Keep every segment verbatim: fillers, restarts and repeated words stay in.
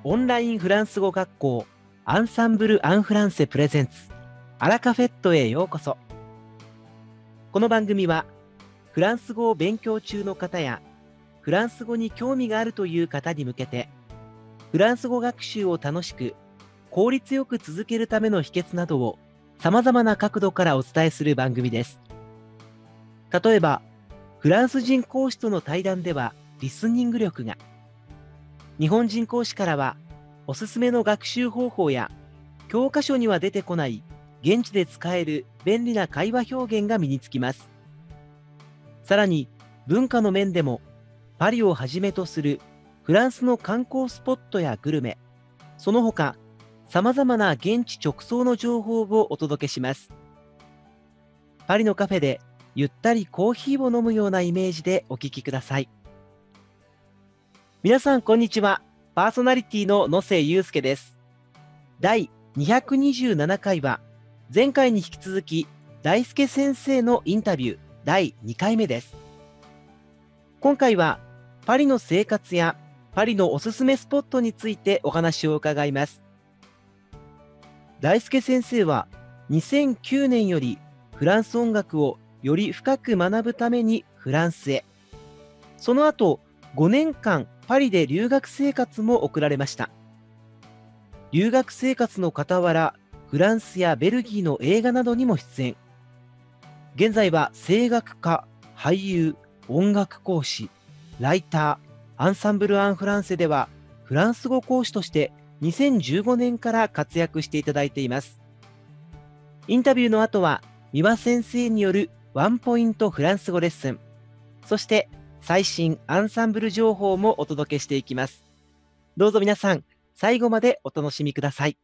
オンラインフランス語学校アンサンブル・アン・フランセプレゼンツアラカフェットへようこそ。この番組はフランス語を勉強中の方やフランス語に興味があるという方に向けて、フランス語学習を楽しく効率よく続けるための秘訣などをさまざまな角度からお伝えする番組です。例えばフランス人講師との対談ではリスニング力が、日本人講師からはおすすめの学習方法や教科書には出てこない現地で使える便利な会話表現が身につきます。さらに文化の面でもパリをはじめとするフランスの観光スポットやグルメ、その他さまざまな現地直送の情報をお届けします。パリのカフェでゆったりコーヒーを飲むようなイメージでお聞きください。皆さんこんにちは。パーソナリティの野瀬祐介です。だいにひゃくにじゅうななかいは前回に引き続き大輔先生のインタビューだいにかいめです。今回はパリの生活やパリのおすすめスポットについてお話を伺います。大輔先生はにせんきゅうねんよりフランス音楽をより深く学ぶためにフランスへ、その後ごねんかんパリで留学生活も送られました。留学生活の傍らフランスやベルギーの映画などにも出演。現在は声楽家、俳優、音楽講師、ライター、アンサンブル・アン・フランセではフランス語講師としてにせんじゅうごねんから活躍していただいています。インタビューの後は三輪先生によるワンポイントフランス語レッスン、そして最新アンサンブル情報もお届けしていきます。どうぞ皆さん最後までお楽しみください。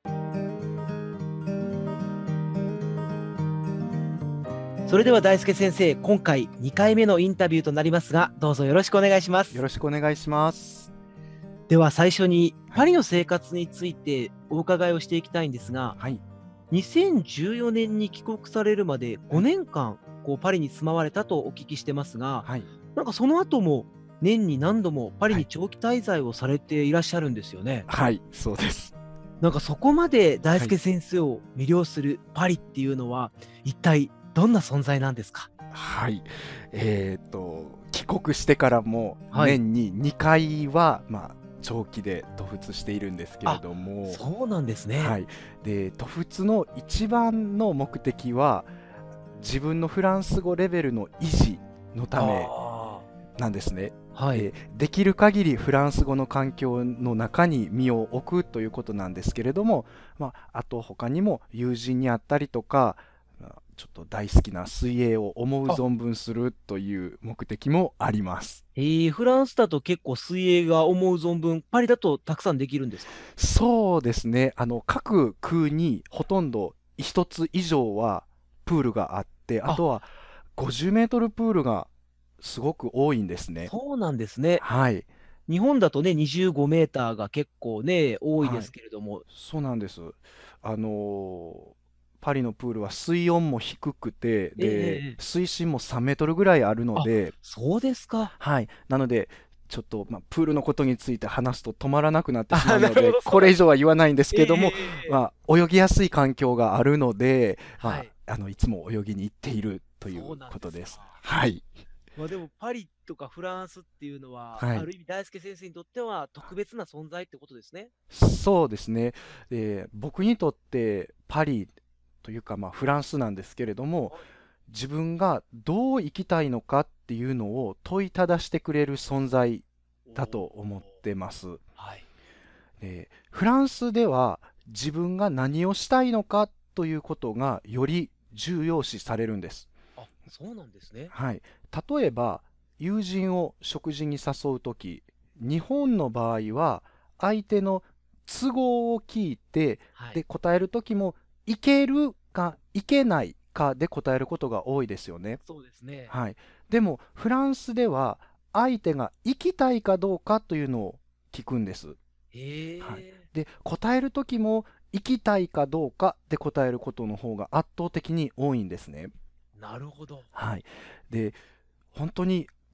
それでは大輔先生、今回にかいめのインタビューとなりますが、どうぞよろしくお願いします。 よろしくお願いします。 では最初にパリの生活についてお伺いをしていきたいんですが、 はい、 にせんじゅうよねんに帰国されるまでごねんかんこうパリに住まわれたとお聞きしてますが、 はい、 なんかその後も年に何度もパリに長期滞在をされていらっしゃるんですよね。 はい、そうです。 なんかそこまで大輔先生を魅了するパリっていうのは、一体どんな存在なんですか？ はい、えー、と帰国してからもはい年ににかいは、まあ、長期で渡仏しているんですけれども、 そうなんですね。 はい、で渡仏の一番の目的は自分のフランス語レベルの維持のためあなんですね。 ーはい、 えーできる限りフランス語の環境の中に身を置くということなんですけれども、まあ、あと他にも友人に会ったりとか、まあちょっと大好きな水泳を思う存分するという目的もあります。 えー、フランスだと結構水泳が思う存分、パリだとたくさんできるんですか？ そうですね、あの各区にほとんどひとつ以上はプールがあって、あとはごじゅうメートルプールがすごく多いんですね。 そうなんですね。 はい、 日本だとね、にじゅうごメーターが結構ね、多いではい、 すけれども。 そうなんです。あのーパリのプールは水温も低くて、 えええで、 えええ水深もさんメートルぐらいあるのあ、 で、 そうですか。 はい、なので、ちょっと、まあ、プールのことについて話すと止まらなくなってしまあ、 うので、 なるほど、そうこれ以上なんですね。 は言わないんですええええけども、 ええええまあ、泳ぎやすい環境があるので、まはい。 あ、あのいつも泳ぎに行っているといそううなんですことです。 か。 はい、 まあでもパリとかフランスっていうのは、 はい、 ある意味大輔先生にとっては特別な存在ってことですね。 そうですね。で、僕にとってパリというか、まあ、フランスなんですけれども、 はい。 自分がどう生きたいのかっていうのを問いただしてくれる存在おだと思っお。 てます。 はい。 で、フランスでは自分が何をしたいのかということがより重要視されるんです。 あ、そうなんですね。 はい。例えば、友人を食事に誘うとき、日本の場合は相手の都合を聞いて、 はい。 で答えるときも、いけるかいけないかで答えることが多いですよね。 そうですね。 はい。でも、フランスでは相手が行きたいかどうかというのを聞くんです。はい。 へえ。 で、答えるときも、行きたいかどうかで答えることの方が圧倒的に多いんですね。 なるほど。 はい。で、本当に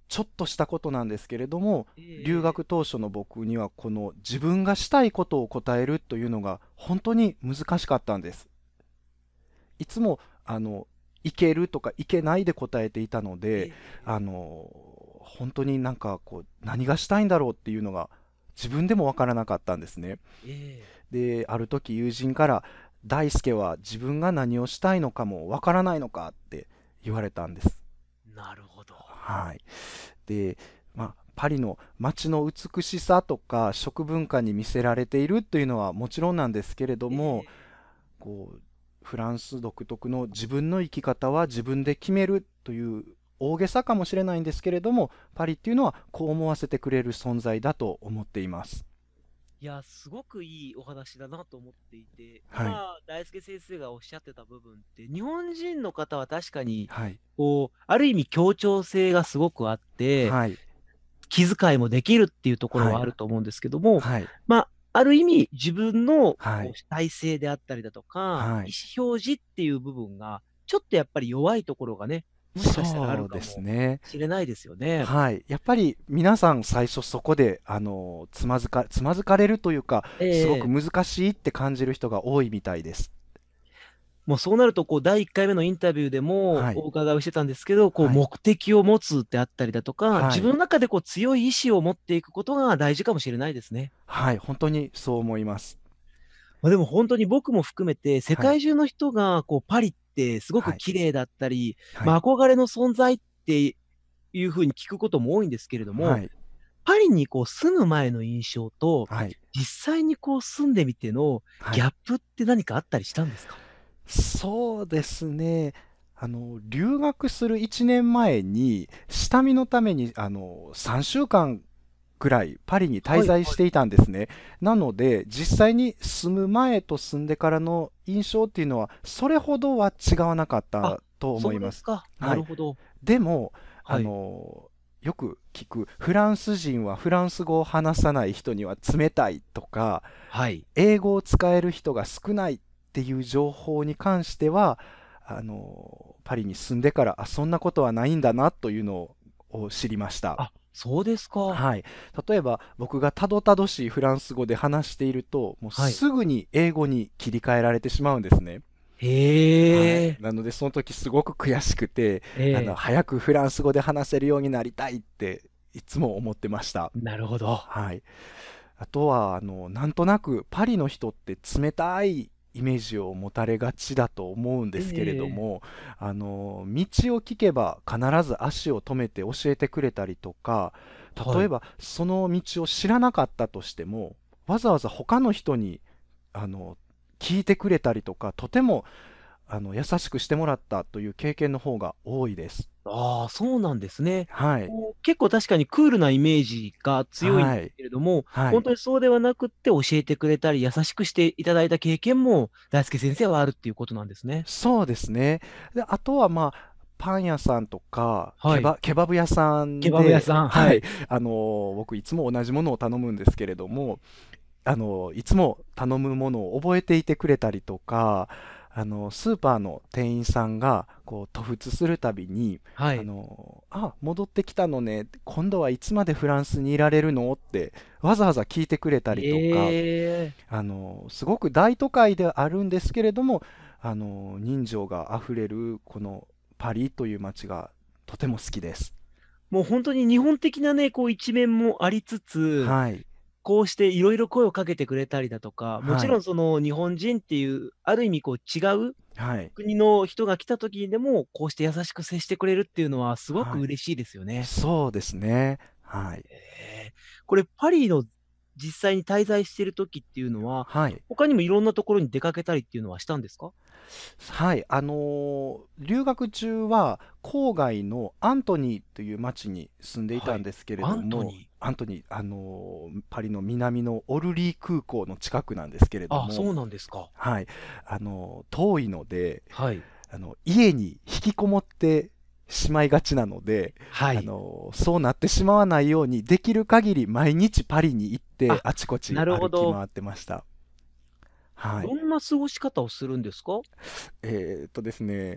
ちょっとしたことなんですけれども、留ええ学当初の僕にはこの自分がしたいことを答えるというのが本当に難しかったんです。いつもあのいけるとかいけないで答えていたので、 ええあの本当になんかこう何がしたいんだろうっていうのが自分でもわからなかったんですね。 ええで、ある時友人から「大輔は自分が何をしたいのかもわからないのか」って言われたんです。 なるほど。 はい。で、まあ、パリの街の美しさとか食文化に魅せられているというのはもちろんなんですけれども、 ええこうフランス独特の自分の生き方は自分で決めるという大げさかもしれないんですけれども、パリっていうのはこう思わせてくれる存在だと思っています。 いや、すごくいいお話だなと思っていて、 はい。 今、大輔先生がおっしゃってた部分って、日本人の方は確かに、 はい。 こう、ある意味協調性がすごくあって、 はい。 気遣いもできるっていうところはい。 はあると思うんですけども、 はい。 まあ、ある意味、自分のこうはい。 主体性であったりだとか、 はい。 意思表示っていう部分が、ちょっとやっぱり弱いところがね、もしかしたらあるそうですかもね。 しれないですよね。 はい。やっぱり皆さん最初そこで、あの、つまずか、つまずかれるというか、すごくええ難しいって感じる人が多いみたいです。 もうそうなると、こう、だいいっかいめのインタビューでもはい。 お伺いをしてたんですけど、こう、 はい。 目的を持つであったりだとか、 はい。 自分の中でこう、強い意志を持っていくことが大事かもしれないですね。 はい。本当にそう思います。 ま、でも本当に僕も含めて、世はい。 界中の人がこう、パリってすごくはい。 綺麗だったり、ま、 はい。 憧れの存在っていう風に聞くことも多いんですけれども、 はい。 パリにこう、住む前の印象と、 はい。 実際にこう、住んでみてのはい。 ギャップって何かあったりしたんですか？ そうですね。あの、留学するいちねんまえに、下見のために、あの、さんしゅうかんぐらいパリに滞はいはい。 在していたんですね。なので、実際に住む前と住んでからの印象っていうのは、それほどは違わなかっあ、 たと思そういます。 ですか。なはい。 るほど。 でも、あはい。 の、よく聞く、フランス人はフランス語を話さない人には冷たいとか、 はい。 英語を使える人が少ないっていう情報に関しては、あの、パリに住んでから、あ、そんなことはないんだなというのを知りました。 あ、そうですか。 はい。例えば、僕がたどたどしいフランス語で話していると、もうはい。 すぐに英語に切り替えられてしまうんですね。はい。 へえ。 なので、その時すごく悔しくて、あの、 ええ、 早くフランス語で話せるようになりたいっていつも思ってました。 なるほど。 はい。あとは、あの、なんとなくパリの人って冷たいイメージを持たれがちだと思うんえですけれえええ。 ども、あの、道を聞けば必ず足を止めて教えてくれたりとか、 はい。 例えばその道を知らなかったとしても、わざわざ他の人に、あの、聞いてくれたりとか、とても、あの、優しくしてもらったという経験の方が多いです。 ああ、そうなんですね。 はい。 こう、結構確かにクールなイメージが強いんですはい。 けれども、 はい。 ほんとにそうではなくって教えてくれたり、優しくしていただいた経験も大輔先生はあるっていうことなんですね。 そうですね。で、あとは、まあ、パン屋さんとか、ケはい。 バ、ケバブ屋さケんで、 バブ屋さん、ははい、 い。 あの、僕いつも同じものを頼むんですけれども、あの、いつも頼むものを覚えていてくれたりとか、あの、スーパーの店員さんが、こう、突出するたびに、あはい。 の、あ、戻ってきたのね、今度はいつまでフランスにいられるのって、わざわざ聞いてくれたりとか、 ええ。 あの、すごく大都会ではあるんですけれども、あの、人情があふれる、このパリという街がとても好きです。 もうほんとに日本的なね、こう一面もありつつ、 はい。 こうしていろいろ声をかけてくれたりだとか、もちはい。 ろんその日本人っていう、ある意味こう違うはい。 国の人が来た時にでも、こうして優しく接してくれるっていうのはすごくはい。 嬉しいですよね。 そうですね。はい。 ええ。これパリの実際に滞在してる時っていうのは、 はい。 他にもいろんなところに出かけたりっていうのはしたんですか？ はい。あのー留学中は郊外のアントニーという町に住んでいはい。 たんですけれアども、 ントニー。 アントニー、あのーパリの南のオルリー空港の近くなんですけれどあ、 も、 そうなんですか。 はい。あのー遠いので、 はい。 あの、家に引きこもってしまいがちなので、あはい。 の、そうなってしまわないように、できる限り毎日パリに行って、 あ、 あちこちなるほど。 歩き回ってました。はい。 どんな過ごし方をするんですか？ えーっとですね、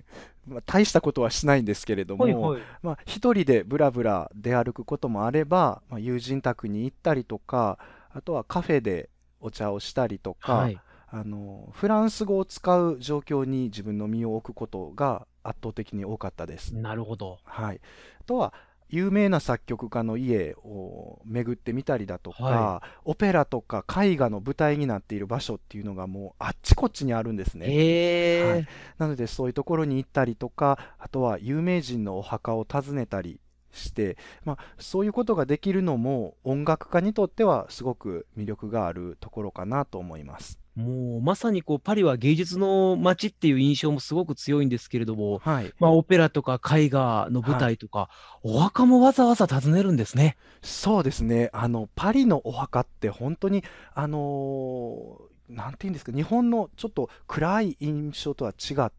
まあ、大したことはしないんですけれども、 はいはい。 まあ、一人でブラブラ出歩くこともあれば、まあ、友人宅に行ったりとか、あとはカフェでお茶をしたりとか、 はい。 あのフランス語を使う状況に自分の身を置くことが圧倒的に多かったです。 なるほど。 はい、あとは有名な作曲家の家を巡ってみたりだとはい。 か、オペラとか絵画の舞台になっている場所っていうのがもうあっちこっちにあるんですね。はい、 へえ。 なのでそういうところに行ったりとか、あとは有名人のお墓を訪ねたりして、まあ、そういうことができるのも音楽家にとってはすごく魅力があるところかなと思います。 もうまさにこうパリは芸術の街っていう印象もすごく強いんですけれども、 はい。 まあ、オペラとか絵画の舞はい。 台とか、お墓もわざわざ訪ねるんですね。 そうですね。あの、パリのお墓って本当に、あのーなんていうんですか、日本のちょっと暗い印象とは違って、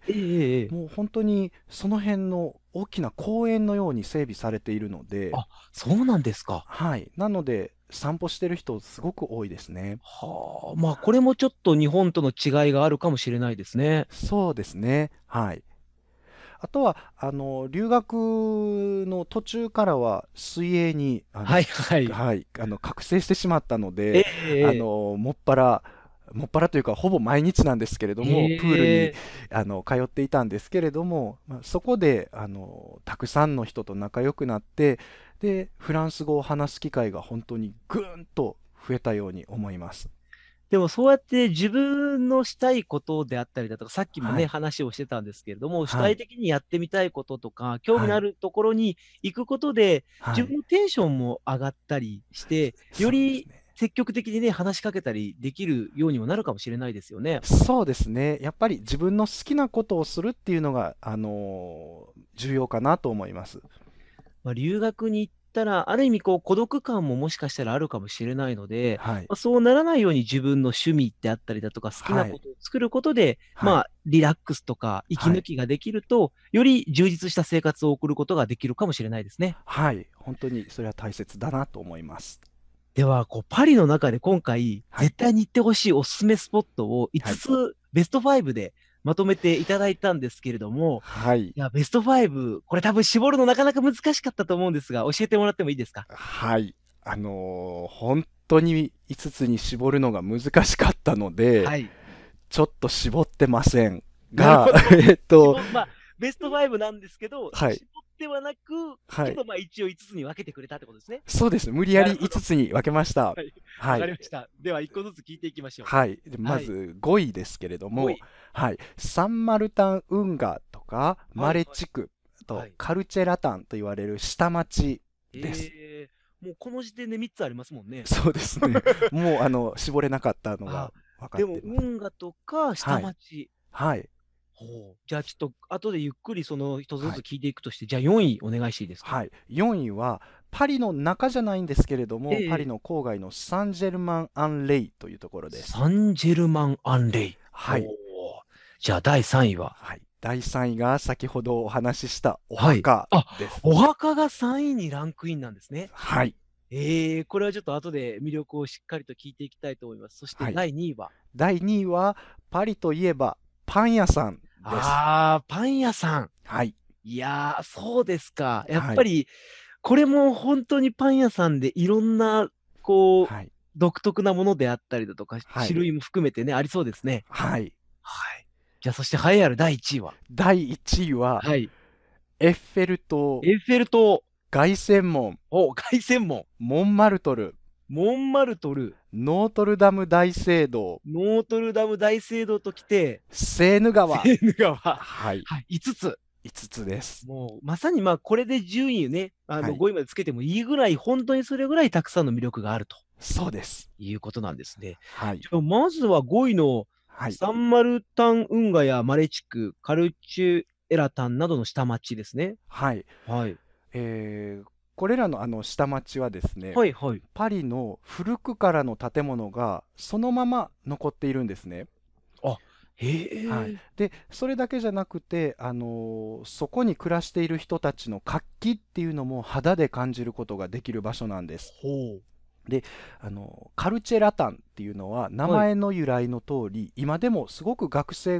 ええええええ。 もう本当にその辺の大きな公園のように整備されているので、 あ、そうなんですか。 はい。なので、散歩してる人すごく多いですね。 はあ、まあこれもちょっと日本との違いがあるかもしれないですね。 そうですね。はい。あとは、あの、留学の途中からは水泳に、あの、 はいはい。 はい、あの、覚醒してしまったのえで、あえの、もっぱら、もっぱらというか、ほぼ毎日なんですけれどえも、プールに、 えええ。 あの、通っていたんですけれども、まあ、そこで、あの、たくさんの人と仲良くなって、で、フランス語を話す機会が本当にぐーんと増えたように思います。 でもそうやって自分のしたいことであったりだとか、さっきもね、 はい。 話をしてたんですけれども、主はい。 体的にやってみたいこととか、興味はい。 のあるところに行くことで、 はい。 自分のテンションも上がったりして、よりそうですね。 積極的にね、話しかけたりできるようにもなるかもしれないですよね。 そうですね。やっぱり自分の好きなことをするっていうのが、あのー重要かなと思います。 まあ、留学に行ったら、ある意味こう孤独感ももしかしたらあるかもしれないので、 はい。 まあ、そうならないように自分の趣味であったりだとか、好きなはい。 ことを作ることで、 はい。 まあ、リラックスとか息はい。 抜きができると、より充実した生活を送ることができるかもしれないですね。 はい。本当にそれは大切だなと思います。 では、こうパリの中で今回、 はい。 絶対に行ってほしいおすすめスポットを5 はい。 つつベストファイブでまとめていただいたんですけれども、 はい。 いや、ベストファイブ、これ多分絞るのなかなか難しかったと思うんですが、教えてもらってもいいですか？ はい。あのー本当にいつつに絞るのが難しかったので、 はい。 ちょっと絞ってませんが、 なるほど。 えっと、 絞まあ、ベストファイブなんですけど、 はい。 絞ってはなく、 はい。 けど、まあ、一応いつつに分けてくれたってことですね。 そうです。無理やり5 なるほど。 つつに分けました。 はい。わはい。 かりました。では、いっこずつ聞いていきましょう。 はい。でまはい。 ずごいですけれど 5 も、 位。 はい。サンマルタン運河とか、マはいはい。 レ地区とはい。 カルチェラタンと言われる下町です。 えー、もうこの時点でみっつありますもんね。 そうですね。もう、あの、絞れなかったのがあ、 分かっでも、 ています。 運河とか下はい。 町。 はい。 ほう。じゃあ、ちょっと、後でゆっくりその一つずはい。 つ聞いていくとして、じゃあよんいお願いしていいですか？ はい。よんいは、パリの中じゃないんですけれども、パリええ。 の郊外のサンジェルマン・アン・レイというところです。 サンジェルマン・アンレイ。ほう。 はい。 じゃあ、だいさんいは？ はい。だいさんいが先ほどお話ししたおはい。 墓あ、 です。 お墓がさんいにランクインなんですね。 はい。 ええ、これはちょっと後で魅力をしっかりと聞いていきたいと思います。そしてはい。 だいにいは？ だいにいは、パリといえばパン屋さんです。 ああ、パン屋さん。 はい。 いやー、そうですか。やっはい。 ぱり、これも本当にパン屋さんでいろんな、こう、 はい。 独特なものであったりだとか、 はい。 種類も含めてね、ありそうですね。 はい。 はい。じゃあ、そして栄えあるだいいちいは？ だいいちいは、 はい。 エッフェル塔、 エッフェル塔。 凱旋門、 お、凱旋門。 モンマルトル、 モンマルトル。 ノートルダム大聖堂、 ノートルダム大聖堂ときて、 セーヌ川。 セーヌ川。ははい。 い、いつつ。 いつつです。 もう、まさにまあ、これで順位ね、あの、 はい。 ごいまでつけてもいいぐらい、本当にそれぐらいたくさんの魅力があるとそうです。 いうことなんですね。 はい。 じゃあ、まずはごいのはい。 サンマルタン運河やマレ地区、カルチュエラタンなどの下町ですね。 はい。 はい。 えーこれらのあの下町はですね、 はいはい。 パリの古くからの建物がそのまま残っているんですね。 あ、 はい。 へえ。 で、それだけじゃなくて、あのーそこに暮らしている人たちの活気っていうのも肌で感じることができる場所なんです。 ほう。 で、あのーカルチェラタンっていうのは名はい。 前の由来の通り、今でもすごく学生が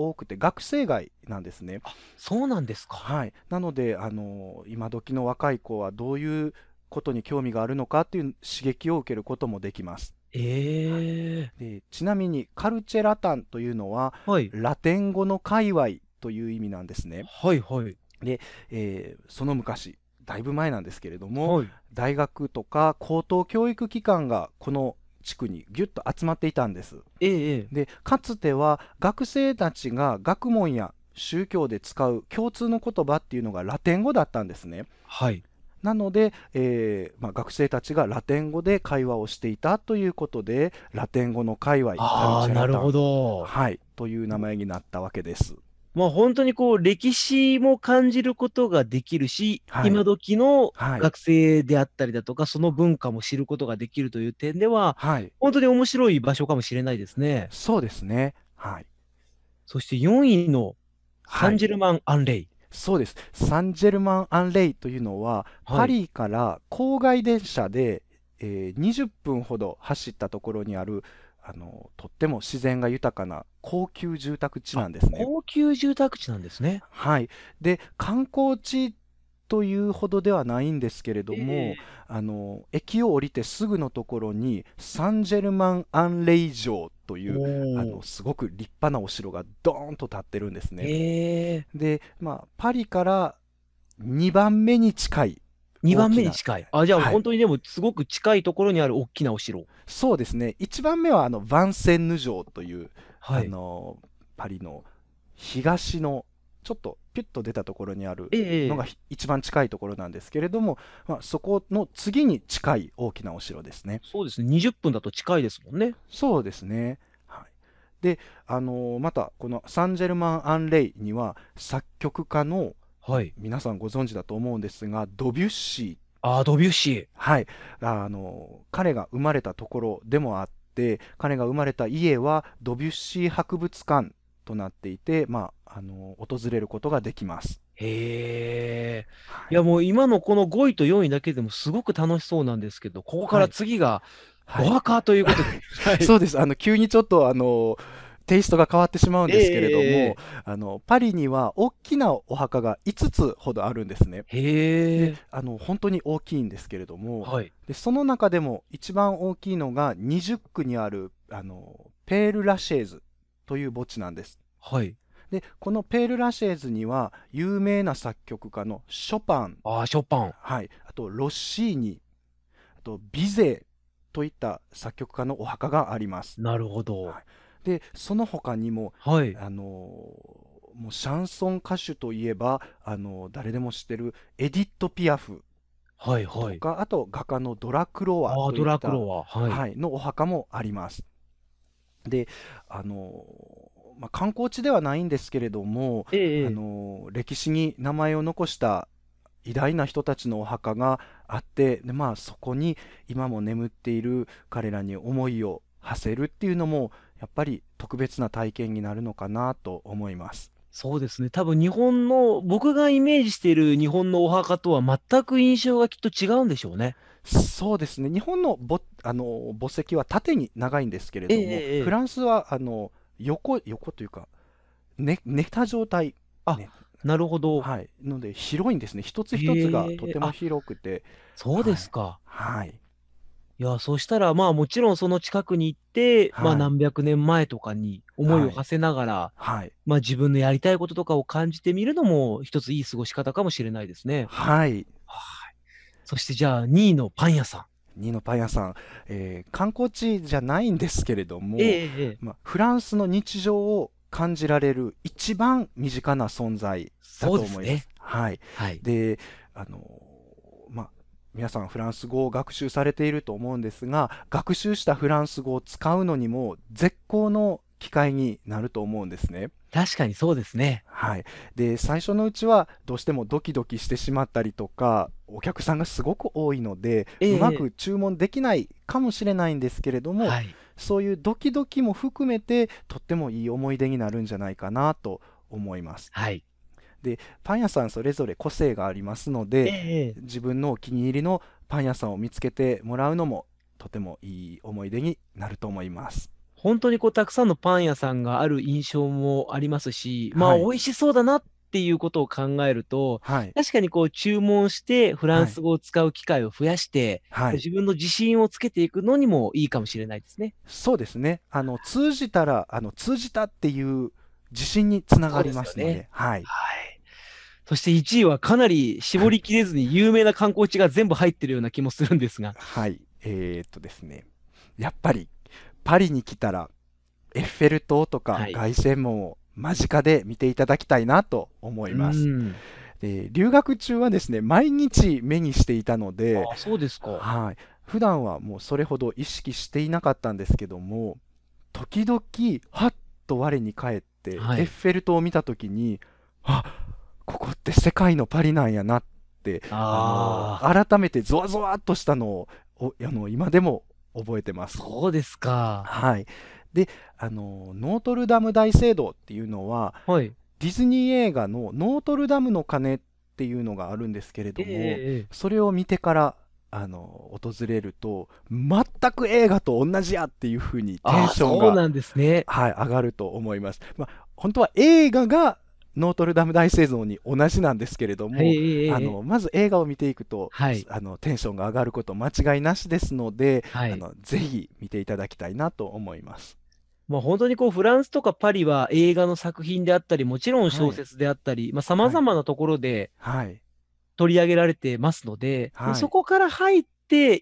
多くて学生街なんですね。 あ、そうなんですか。 はい。なので、あの、今時の若い子はどういうことに興味があるのかっていう刺激を受けることもできます。 ええ。 で、ちなみにカルチェラタンというのははい。 ラテン語の界隈という意味なんですね。 はいはい。 で、えーその昔、だいぶ前なんですけれども、 はい。 大学とか高等教育機関がこの地区にギュッと集まっていたんです。 ええええ。 で、かつては学生たちが学問や宗教で使う共通の言葉っていうのがラテン語だったんですね。 はい。 なので、えーまあ、学生たちがラテン語で会話をしていたということで、ラテン語の界隈、カルああ、なるほチェラタン、 ど。 はい、という名前になったわけです。 まあ、本当にこう、歴史も感じることができるし、 はい、 今時のはい、 学生であったりだとか、その文化も知ることができるという点では、 はい、 本当に面白い場所かもしれないですね。 そうですね。はい、 そしてよんいのサはい、 ンジェルマン・アンレイ。 そうです。サンジェルマン・アンレイというのは、 はい。 パリから郊外電車で、えーにじゅっぷんほど走ったところにある、あの、とっても自然が豊かな高級住宅地あ、 なんですね。 高級住宅地なんですね。 はい。で、観光地というほどではないんですけれども、 ええ。 あの、駅を降りてすぐのところに、サンジェルマン・アンレイ城といおう、あの、 お。 すごく立派なお城がドーンと建ってるんですね。 ええ。 で、まあ、パリからにばんめに近いにばんめに大きな、 近い。あ、じゃあはい。 本当にでもすごく近いところにある大きなお城。 そうですね。いちばんめは、あの、ヴァンセンヌ城という、あはい。 の、パリの東の、ちょっとピュッと出たところにあるええええ。 のがひ一番近いところなんですけれども、まあ、そこの次に近い大きなお城ですね。 そうですね、にじゅっぷんだと近いですもんね。 そうですね。はい。で、あのまた、このサンジェルマン・アンレイには、作曲家の、 はい。 皆さんご存知だと思うんですが、ドビュッシー、 ああ、ドビュッシー。 はい、あの彼が生まれたところでもあって、彼が生まれた家はドビュッシー博物館となっていて、まあ、あの訪れることができます。 へえ。 はい。 いやもう今のこのごいとよんいだけでもすごく楽しそうなんですけど、ここからはい。 次がおはい。 墓ということで。はい。 そうです。あの、急にちょっと、あの、テイストが変わってしまうんええですけれども、 ええええ。 あの、パリには大きなお墓がいつつほどあるんですね。で、 へえ。 あの、本当に大きいんですけれども、 はい。 で、その中でも一番大きいのがにじゅっ区にある、あの、ペール・ラシェーズという墓地なんです。 はい。 で、このペール・ラシェーズには、有名な作曲家のショパン、 ああ、ショパン。 はい、あとロッシーニ、あとビゼといった作曲家のお墓があります。 なるほど。 はい、で、その他にも、 はい。 あのもうシャンソン歌手といえば、あの誰でも知ってるエディット・ピアフはいはい。 とか、あと画家のドラクロワああ、ドといった、 ラクロワ。はい。 はい、のお墓もあります。で、あのまあ、観光地ではないんですけれども、あええええ。 の歴史に名前を残した偉大な人たちのお墓があって、で、まあ、そこに今も眠っている彼らに思いを馳せるっていうのも、やっぱり特別な体験になるのかなと思います。 そうですね。多分日本の、僕がイメージしている日本のお墓とは全く印象がきっと違うんでしょうね。 そうですね。日本のぼあの墓石は縦に長いんですけれえええども、フえええ。 ランスはあの横、横というか、ね、寝た状態、 あ、 ね、 なるほど。 はい、ので広いんですね。一つ一つがとへえ、 てもあ、 広くて、 そうではい、 すか。 はい、 いや、そしたら、まあ、もちろんその近くに行って、まあ、 はい、 何百年前とかに思いをはい、 馳せながら、 はい、 まあ、自分のやりたいこととかを感じてみるのも、一ついい過ごし方かもしれないですね。 はい。 はい。そしてじゃあ、にいのパン屋さん。 ニーノパン屋さん、えー観光地じゃないんですけれどええも、 ええええ。 まあ、フランスの日常を感じられる一番身近な存在だそうですね。 と思います。はい。 はい。 で、あのまあ、皆さんフランス語を学習されていると思うんですが、学習したフランス語を使うのにも絶好の機会になると思うんですね。 確かにそうですね。 はい。で、最初のうちはどうしてもドキドキしてしまったりとか、お客さんがすごく多いので、うまええええ。 く注文できないかもしれないんですけれども、 はい。 そういうドキドキも含めて、とってもいい思い出になるんじゃないかなと思います。 はい。 で、パン屋さんそれぞれ個性がありますのええで、 ええ。 自分のお気に入りのパン屋さんを見つけてもらうのも、とてもいい思い出になると思います。 本当にこうたくさんのパン屋さんがある印象もありますし、まあ、 はい。 美味しそうだなっていうことを考えると、 はい。 確かにこう注文してフランはい。 ス語を使う機会を増やして、 はい。 自分の自信をつけていくのにもいいかもしれないですね。 そうですね。あの、通じたら、あの、通じたっていう自信につながそうりですよね。 ますので、はい。 はい。そしていちいはかなり絞りきれずに有名な観光地が全部入ってるような気もするんですが。 はい。えーっとですね。やっぱり、パリに来たら、エッフェル塔とかはい。 凱旋門を間近で見ていただきたいなと思ういます。 ーん。 で、留学中はですね、毎日目にしていたので、 ああ、そうですか。 はい。普段はもうそれほど意識していなかったんですけども、時々、はっと我に返って、 はい。 エッフェル塔を見たときに、あ、ここって世界のパリなんやなって、あの、 ああ、 改めてゾワゾワっとしたのを、おあの、今でも覚えてます。 そうですか。 はい。で、あの、ノートルダム大聖堂っていうのは、 はい。 ディズニー映画のノートルダムの鐘っていうのがあるんですけれええども、 ええええ。 それを見てからあの訪れると、全く映画と同じやっていう風にテンああ、 ションが、 そうなんですね。 はい、上がると思います。まあ、本当は映画がノートルダム大聖堂に同じなんですけれどええも、あええええ。 のまず映画を見ていくとはい。 あのテンションが上がること間違いなしですので、 はい。 あのぜひ見ていただきたいなと思います。 まあ、本当にこうフランスとかパリは映画の作品であったり、もちろんはい、 小説であったり、まあ、様はい、 々なところではい、 取り上げられてますので、まあ、 はい、 そこから入って、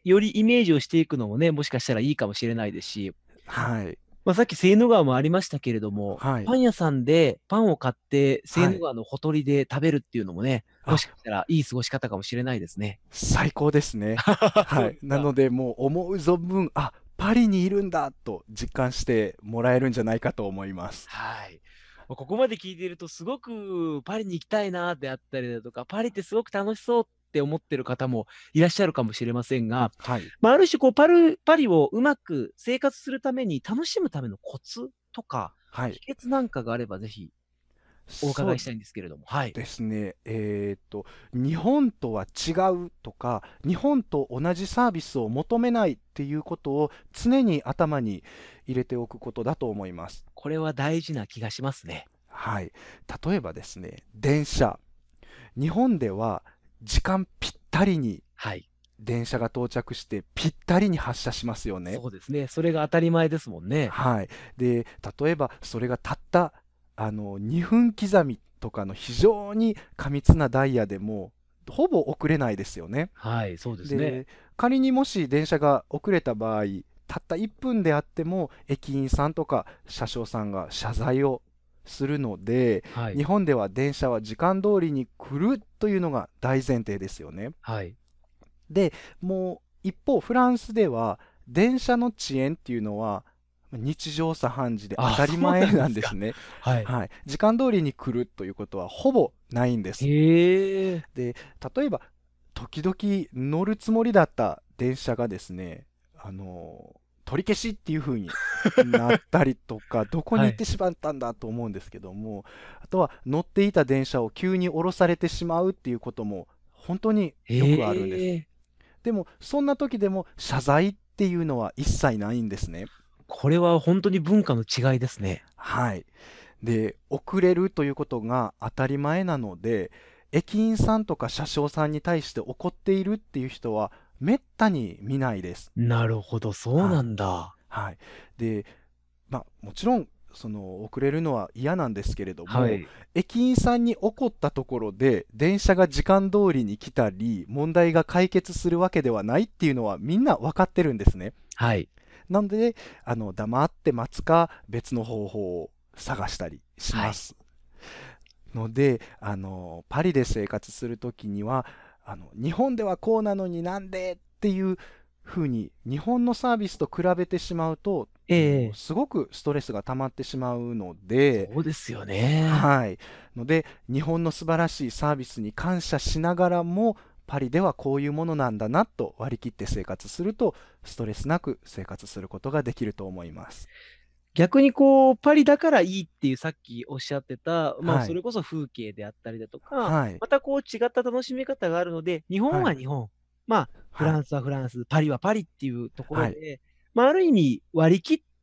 よりイメージをしていくのもね、もしかしたらいいかもしれないですし、 はい、 まあ、さっきセーヌ川もありましたけれども、 はい、 パン屋さんでパンを買ってセーはい。 ヌ川のほとりで食べるっていうのもね、もあ、 しかしたらいい過ごし方かもしれないですね。 最高ですね。はい。 そうですか。 なので、もう思う存分、あ、パリにいるんだと実感してもらえるんじゃないかと思います。 はい。ま、ここまで聞いているとすごくパリに行きたいなであったりだとか、パリってすごく楽しそうって思ってる方もいらっしゃるかもしれませんが、 はい。 まあ、ある種こうパルパリをうまく生活するために楽しむためのコツとか、 はい。 秘訣なんかがあればぜひおそう伺いしたいんですけれども。はい。 ですね。えーっと、日本とは違うとか、日本と同じサービスを求めないっていうことを常に頭に入れておくことだと思います。 これは大事な気がしますね。 はい。例えばですね、電車。日本では時間ぴったりにはい。 電車が到着してぴったりに発車しますよね。 そうですね。それが当たり前ですもんね。 はい。で、例えばそれがたったあのにふん刻みとかの非常に過密なダイヤでもほぼ遅れないですよね。 はい、そうですね。 で、仮にもし電車が遅れた場合、たったいっぷんであっても駅員さんとか車掌さんが謝罪をするので、 はい。 日本では電車は時間通りに来るというのが大前提ですよね。 はい。 で、もう一方、フランスでは電車の遅延っていうのは日常茶飯事で当あ、 たりそうな前なんんですか。 ですね。 はい。 はい。時間通りに来るということはほぼないんです。 へえ。 で、例えば、時々乗るつもりだった電車がですね、あの、取り消しっていう風になったりとか、どこにはい。 行ってしまったんだと思うんですけども、あとは乗っていた電車を急に降ろされてしまうっていうことも本当によくあるんです。 へえ。 でも、そんな時でも謝罪っていうのは一切ないんですね。 これはほんとに文化の違いですね。 はい。で、遅れるということが当たり前なので、駅員さんとか車掌さんに対して怒っているっていう人はめったに見ないです。 なるほど、そうなはい。 んだ。 はい。で、まあ、もちろん、その遅れるのは嫌なんですけれども、 はい。 駅員さんに怒ったところで電車が時間通りに来たり、問題が解決するわけではないっていうのはみんな分かってるんですね。 はい。 なので、あの、黙って待つか、別の方法を探したりしはい。 ます。ので、あの、パリで生活するときには、あの、日本ではこうなのになんでっていうふうに、日本のサービスと比べてしまうと、 ええもうええ。 すごくストレスが溜まってしまうので、 そうですよね。 はい。ので、日本の素晴らしいサービスに感謝しながらも、パリではこういうものなんだなと割り切って生活すると、ストレスなく生活することができると思います。 逆にこう、パリだからいいっていうさっきおっしゃってた、まあ、 はい。 それこそ風景であったりだとか、 はい。 またこう違った楽しみ方があるので、日本はい。 は日本、まあ、フはい。 ランスはフランス、パリはパリっていうところはい。 で、まあ、ある意味割り切っ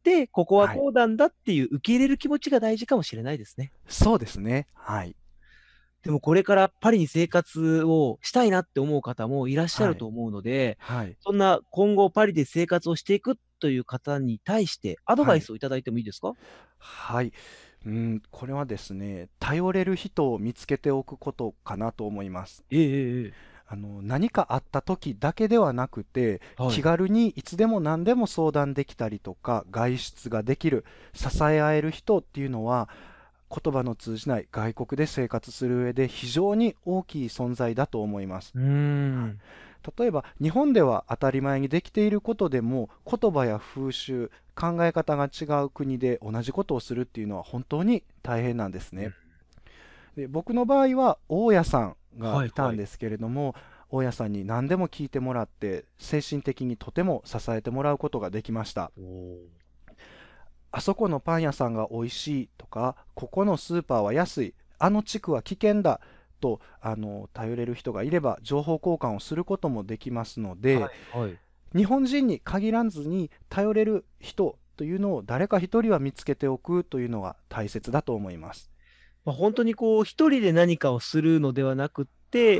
て、ここははい。 こうなんだっていう受け入れる気持ちが大事かもしれないですね。 そうですね。はい。 でもこれからパリに生活をしたいなって思う方もいらっしゃはい。 ると思うので、 はい。 そんな今後パリで生活をしていくという方に対してアドバイはい。 スをいただいてもいいですか？ はい。うん、これはですね、頼れる人を見つけておくことかなと思います。 ええええええ。 あの、何かあった時だけではなくて、気はい。 軽にいつでも何でも相談できたりとか、外出ができる、支え合える人っていうのは、言葉の通じない外国で生活する上で非常に大きい存在だと思います。 うーはい。 ん。 例えば、日本では当たり前にできていることでも、言葉や風習、考え方が違う国で同じことをするっていうのは本当に大変なんですね。 うん。 で、僕の場合は大家さんがいたはいはい。 んですけれども、大家さんに何でも聞いてもらって、精神的にとても支えてもらうことができました。 おお。 あそこのパン屋さんが美味しいとか、ここのスーパーは安い、あの地区は危険だと、あの、頼れる人がいれば情報交換をすることもできますのはで、 いはい。 日本人に限らずに頼れる人というのを誰か一人は見つけておくというのが大切だと思います。 ま、ほんとにこう一人で何かをするのではなくって、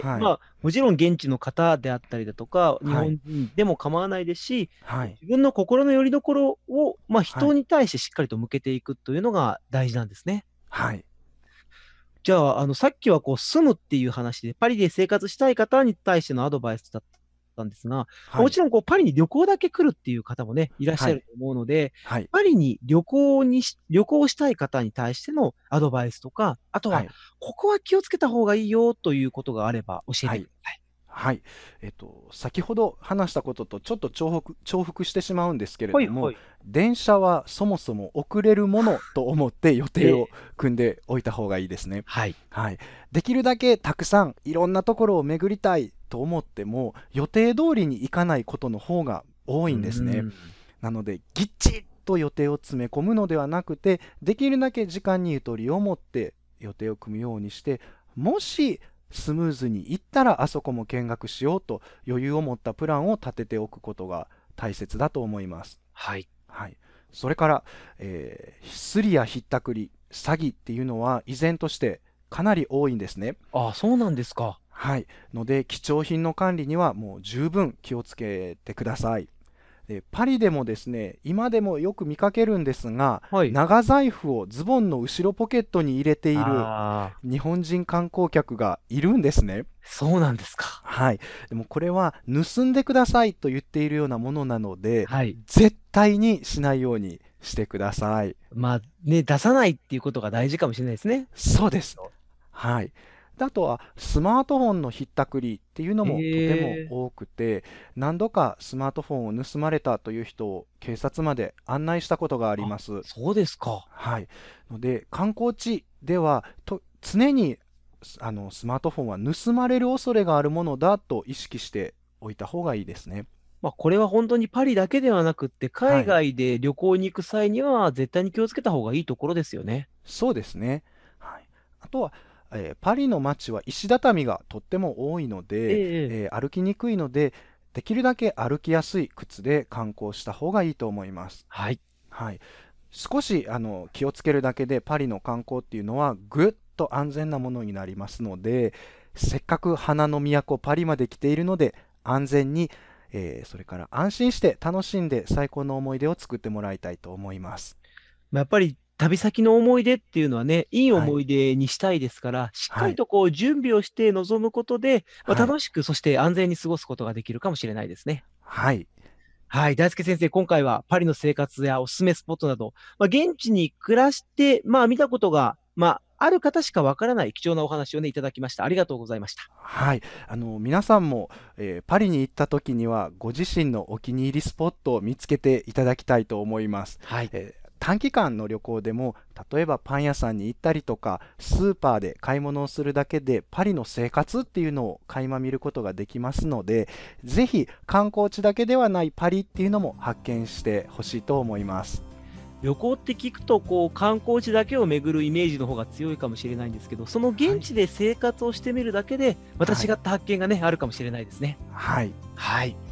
はい。 まあ、もちろん現地の方であったりだとか、日はい。 本人でも構わないですし、 はい。 自分の心の拠り所を、ま、 はい。 人に対してしっかりと向けていくというのが大事なんですね。 はい。 じゃあ、あの、さっきはこう住むっていう話で、パリで生活したい方に対してのアドバイスだったんですが、 はい。 もちろんこうパリに旅行だけ来るっていう方もね、いらっしはい。 ゃると思うので、 はい。 パリに旅行にし旅行したい方に対してのアドバイスとか、あとは、 はい。 ここは気をつけた方がいいよということがあれば教えはい。 てください。 はい。えっと、先ほど話したこととちょっと重複重複してしまうんですけれども、 はいはい。 電車はそもそも遅れるものと思って予定をええ。 組んでおいた方がいいですね。 はい。 はい。できるだけたくさんいろんなところを巡りたいと思っても、予定通りに行かないことの方が多ういんですね。 ーん。 なので、ぎっちりと予定を詰め込むのではなくて、できるだけ時間にゆとりを持って予定を組むようにして、もしスムーズにいったらあそこも見学しようと余裕を持ったプランを立てておくことが大切だと思います。 はい。 はい。それから、えー、スリやひったくり、詐欺っていうのは依然としてかなり多いんですね。 ああ、そうなんですか。 はい。ので、貴重品の管理にはもう十分気をつけてください。で、パリでもですね、今でもよく見かけるんですが、 はい。 長財布をズボンの後ろポケットに入れているああ、 日本人観光客がいるんですね。 そうなんですか。 はい。でもこれは盗んでくださいと言っているようなものなので、 はい。 絶対にしないようにしてください。 まあ、ね、出さないっていうことが大事かもしれないですね。 そうです。はい。であとは、スマートフォンのひったくりっていうのへもとてもえ。 多くて、何度かスマートフォンを盗まれたという人を警察まで案内したことがありあ、 ます。 そうですか。 はい。ので、観光地では、と常にすあのスマートフォンは盗まれる恐れがあるものだと意識しておいた方がいいですね。 ま、これはほんとにパリだけではなくって、海はい。 外で旅行に行く際には絶対に気をつけた方がいいところですよね。 そうですね。はい。あとは、えーパリの街は石畳がとっても多いので、 ええええ。 えー歩きにくいので、できるだけ歩きやすい靴で観光した方がいいと思います。 はい。 はい。少しあの気をつけるだけでパリの観光っていうのはぐっと安全なものになりますので、せっかく花の都パリまで来ているので、安全に、えーそれから安心して楽しんで最高の思い出を作ってもらいたいと思います。 ま、やっぱり旅先の思い出っていうのはね、いいはい。 思い出にしたいですから、しっかはい。 りとこう準備をして臨むことで、ま、 はい。 楽しくそして安全に過ごすことができるかもしれないですね。 はい。 はい、大輔先生、今回はパリの生活やおすすめスポットなど、まあ、現地に暮らして、まあ、見たことが、まあ、ある方しかわからない貴重なお話をね、いただきました。ありがとうございました。 はい。あの、皆さんも、えーパリに行った時には、ご自身のお気に入りスポットを見つけていただきたいと思います。 はい。 えー短期間の旅行でも、例えばパン屋さんに行ったりとか、スーパーで買い物をするだけで、パリの生活っていうのを垣間見ることができますので、ぜひ観光地だけではないパリっていうのも発見してほしいと思います。 旅行って聞くと、こう、観光地だけを巡るイメージの方が強いかもしれないんですけど、そのはい。 現地で生活をしてみるだけで、またはい。 違った発見がね、あるかもしれないですね。 はい。 はい。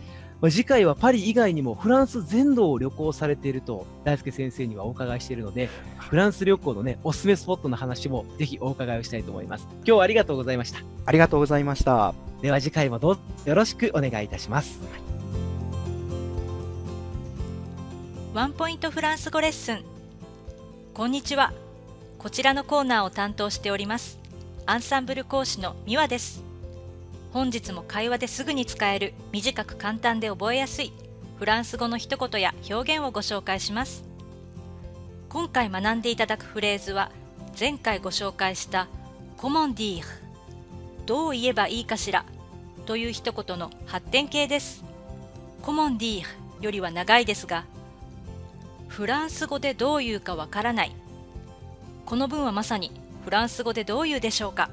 まあ、次回はパリ以外にもフランス全土を旅行されていると大輔先生にはお伺いしているので、フランス旅行のねおすすめスポットの話もぜひお伺いをしたいと思います。今日はありがとうございました。 ありがとうございました。 では次回もどうぞよろしくお願いいたします。 ワンポイントフランス語レッスン。こんにちは。こちらのコーナーを担当しておりますアンサンブル講師のミワです。本日も会話ですぐに使える短く簡単で覚えやすいフランス語の一言や表現をご紹介します。今回学んでいただくフレーズは前回ご紹介したcomment dire、どう言えばいいかしらという一言の発展形です。comment direよりは長いですが、フランス語でどう言うかわからない。この文はまさにフランス語でどう言うでしょうか。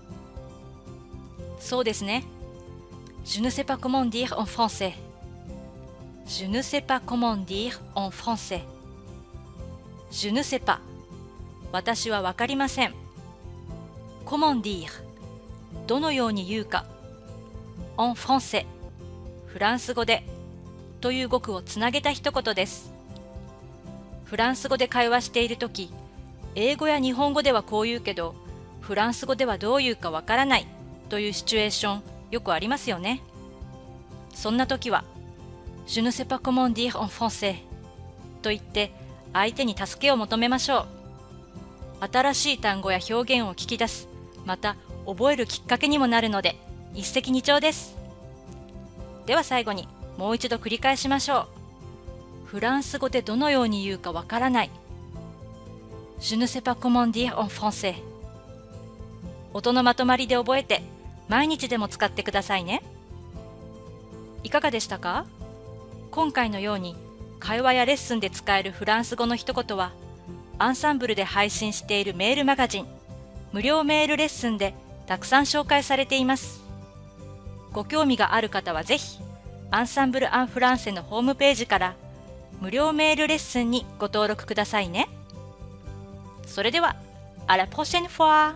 そうですね。Je ne sais pas comment dire en français. Je ne sais pas comment dire en français. Je ne sais pas. 私はわかりません。Comment dire. どのように言うか。En français. フランス語で。という語句をつなげた一言です。フランス語で会話しているとき、英語や日本語ではこう言うけど、フランス語ではどう言うかわからないというシチュエーション、よくありますよね。そんな時は、Je ne sais pas comment dire en français と言って相手に助けを求めましょう。新しい単語や表現を聞き出す、また覚えるきっかけにもなるので、一石二鳥です。では最後にもう一度繰り返しましょう。フランス語でどのように言うかわからない。Je ne sais pas comment dire en français。音のまとまりで覚えて、毎日でも使ってくださいね。いかがでしたか？今回のように会話やレッスンで使えるフランス語の一言は、アンサンブルで配信しているメールマガジン、無料メールレッスンでたくさん紹介されています。ご興味がある方はぜひ、アンサンブル・アン・フランセのホームページから無料メールレッスンにご登録くださいね。それでは、à la prochaine fois！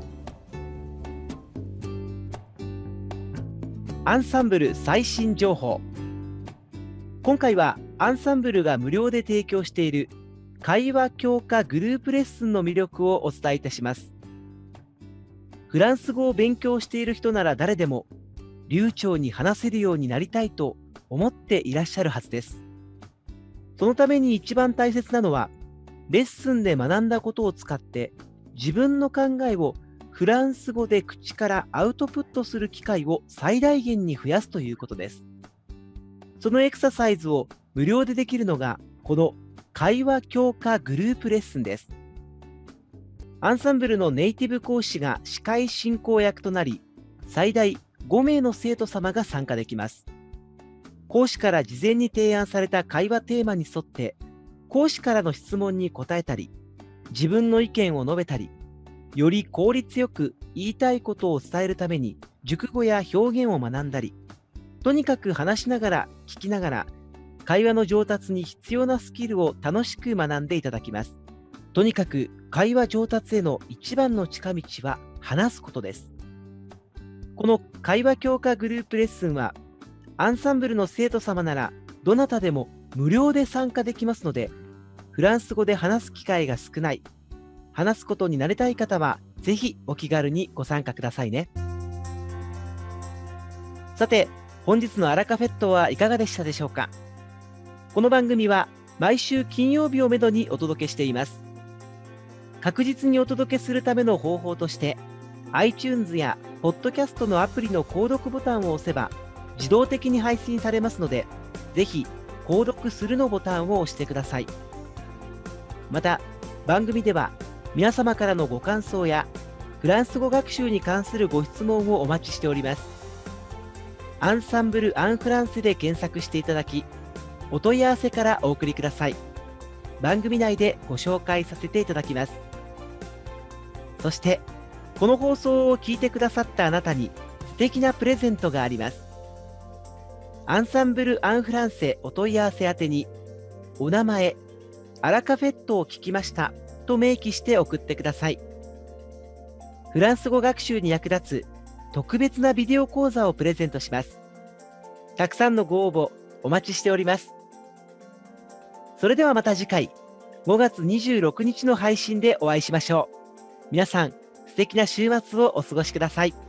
アンサンブル最新情報。今回はアンサンブルが無料で提供している会話強化グループレッスンの魅力をお伝えいたします。フランス語を勉強している人なら誰でも流暢に話せるようになりたいと思っていらっしゃるはずです。そのために一番大切なのは、レッスンで学んだことを使って自分の考えをフランス語で口からアウトプットする機会を最大限に増やすということです。そのエクササイズを無料でできるのがこの会話強化グループレッスンです。アンサンブルのネイティブ講師が司会進行役となり、最大ごめいの生徒様が参加できます。講師から事前に提案された会話テーマに沿って講師からの質問に答えたり、自分の意見を述べたり、より効率よく言いたいことを伝えるために熟語や表現を学んだり、とにかく話しながら聞きながら会話の上達に必要なスキルを楽しく学んでいただきます。とにかく会話上達への一番の近道は話すことです。この会話強化グループレッスンはアンサンブルの生徒様ならどなたでも無料で参加できますので、フランス語で話す機会が少ない、話すことに慣れたい方はぜひお気軽にご参加くださいね。さて、本日のアラカフェットはいかがでしたでしょうか。この番組は毎週金曜日をめどにお届けしています。確実にお届けするための方法として iTunes や Podcast のアプリの購読ボタンを押せば自動的に配信されますので、ぜひ購読するのボタンを押してください。また番組では皆様からのご感想やフランス語学習に関するご質問をお待ちしております。アンサンブル・アン・フランセで検索していただき、お問い合わせからお送りください。番組内でご紹介させていただきます。そして、この放送を聞いてくださったあなたに素敵なプレゼントがあります。アンサンブル・アン・フランセお問い合わせ宛てに、お名前、アラカフェットを聞きましたと明記して送ってください。フランス語学習に役立つ特別なビデオ講座をプレゼントします。たくさんのご応募お待ちしております。それではまた次回、ごがつにじゅうろくにちの配信でお会いしましょう。皆さん、素敵な週末をお過ごしください。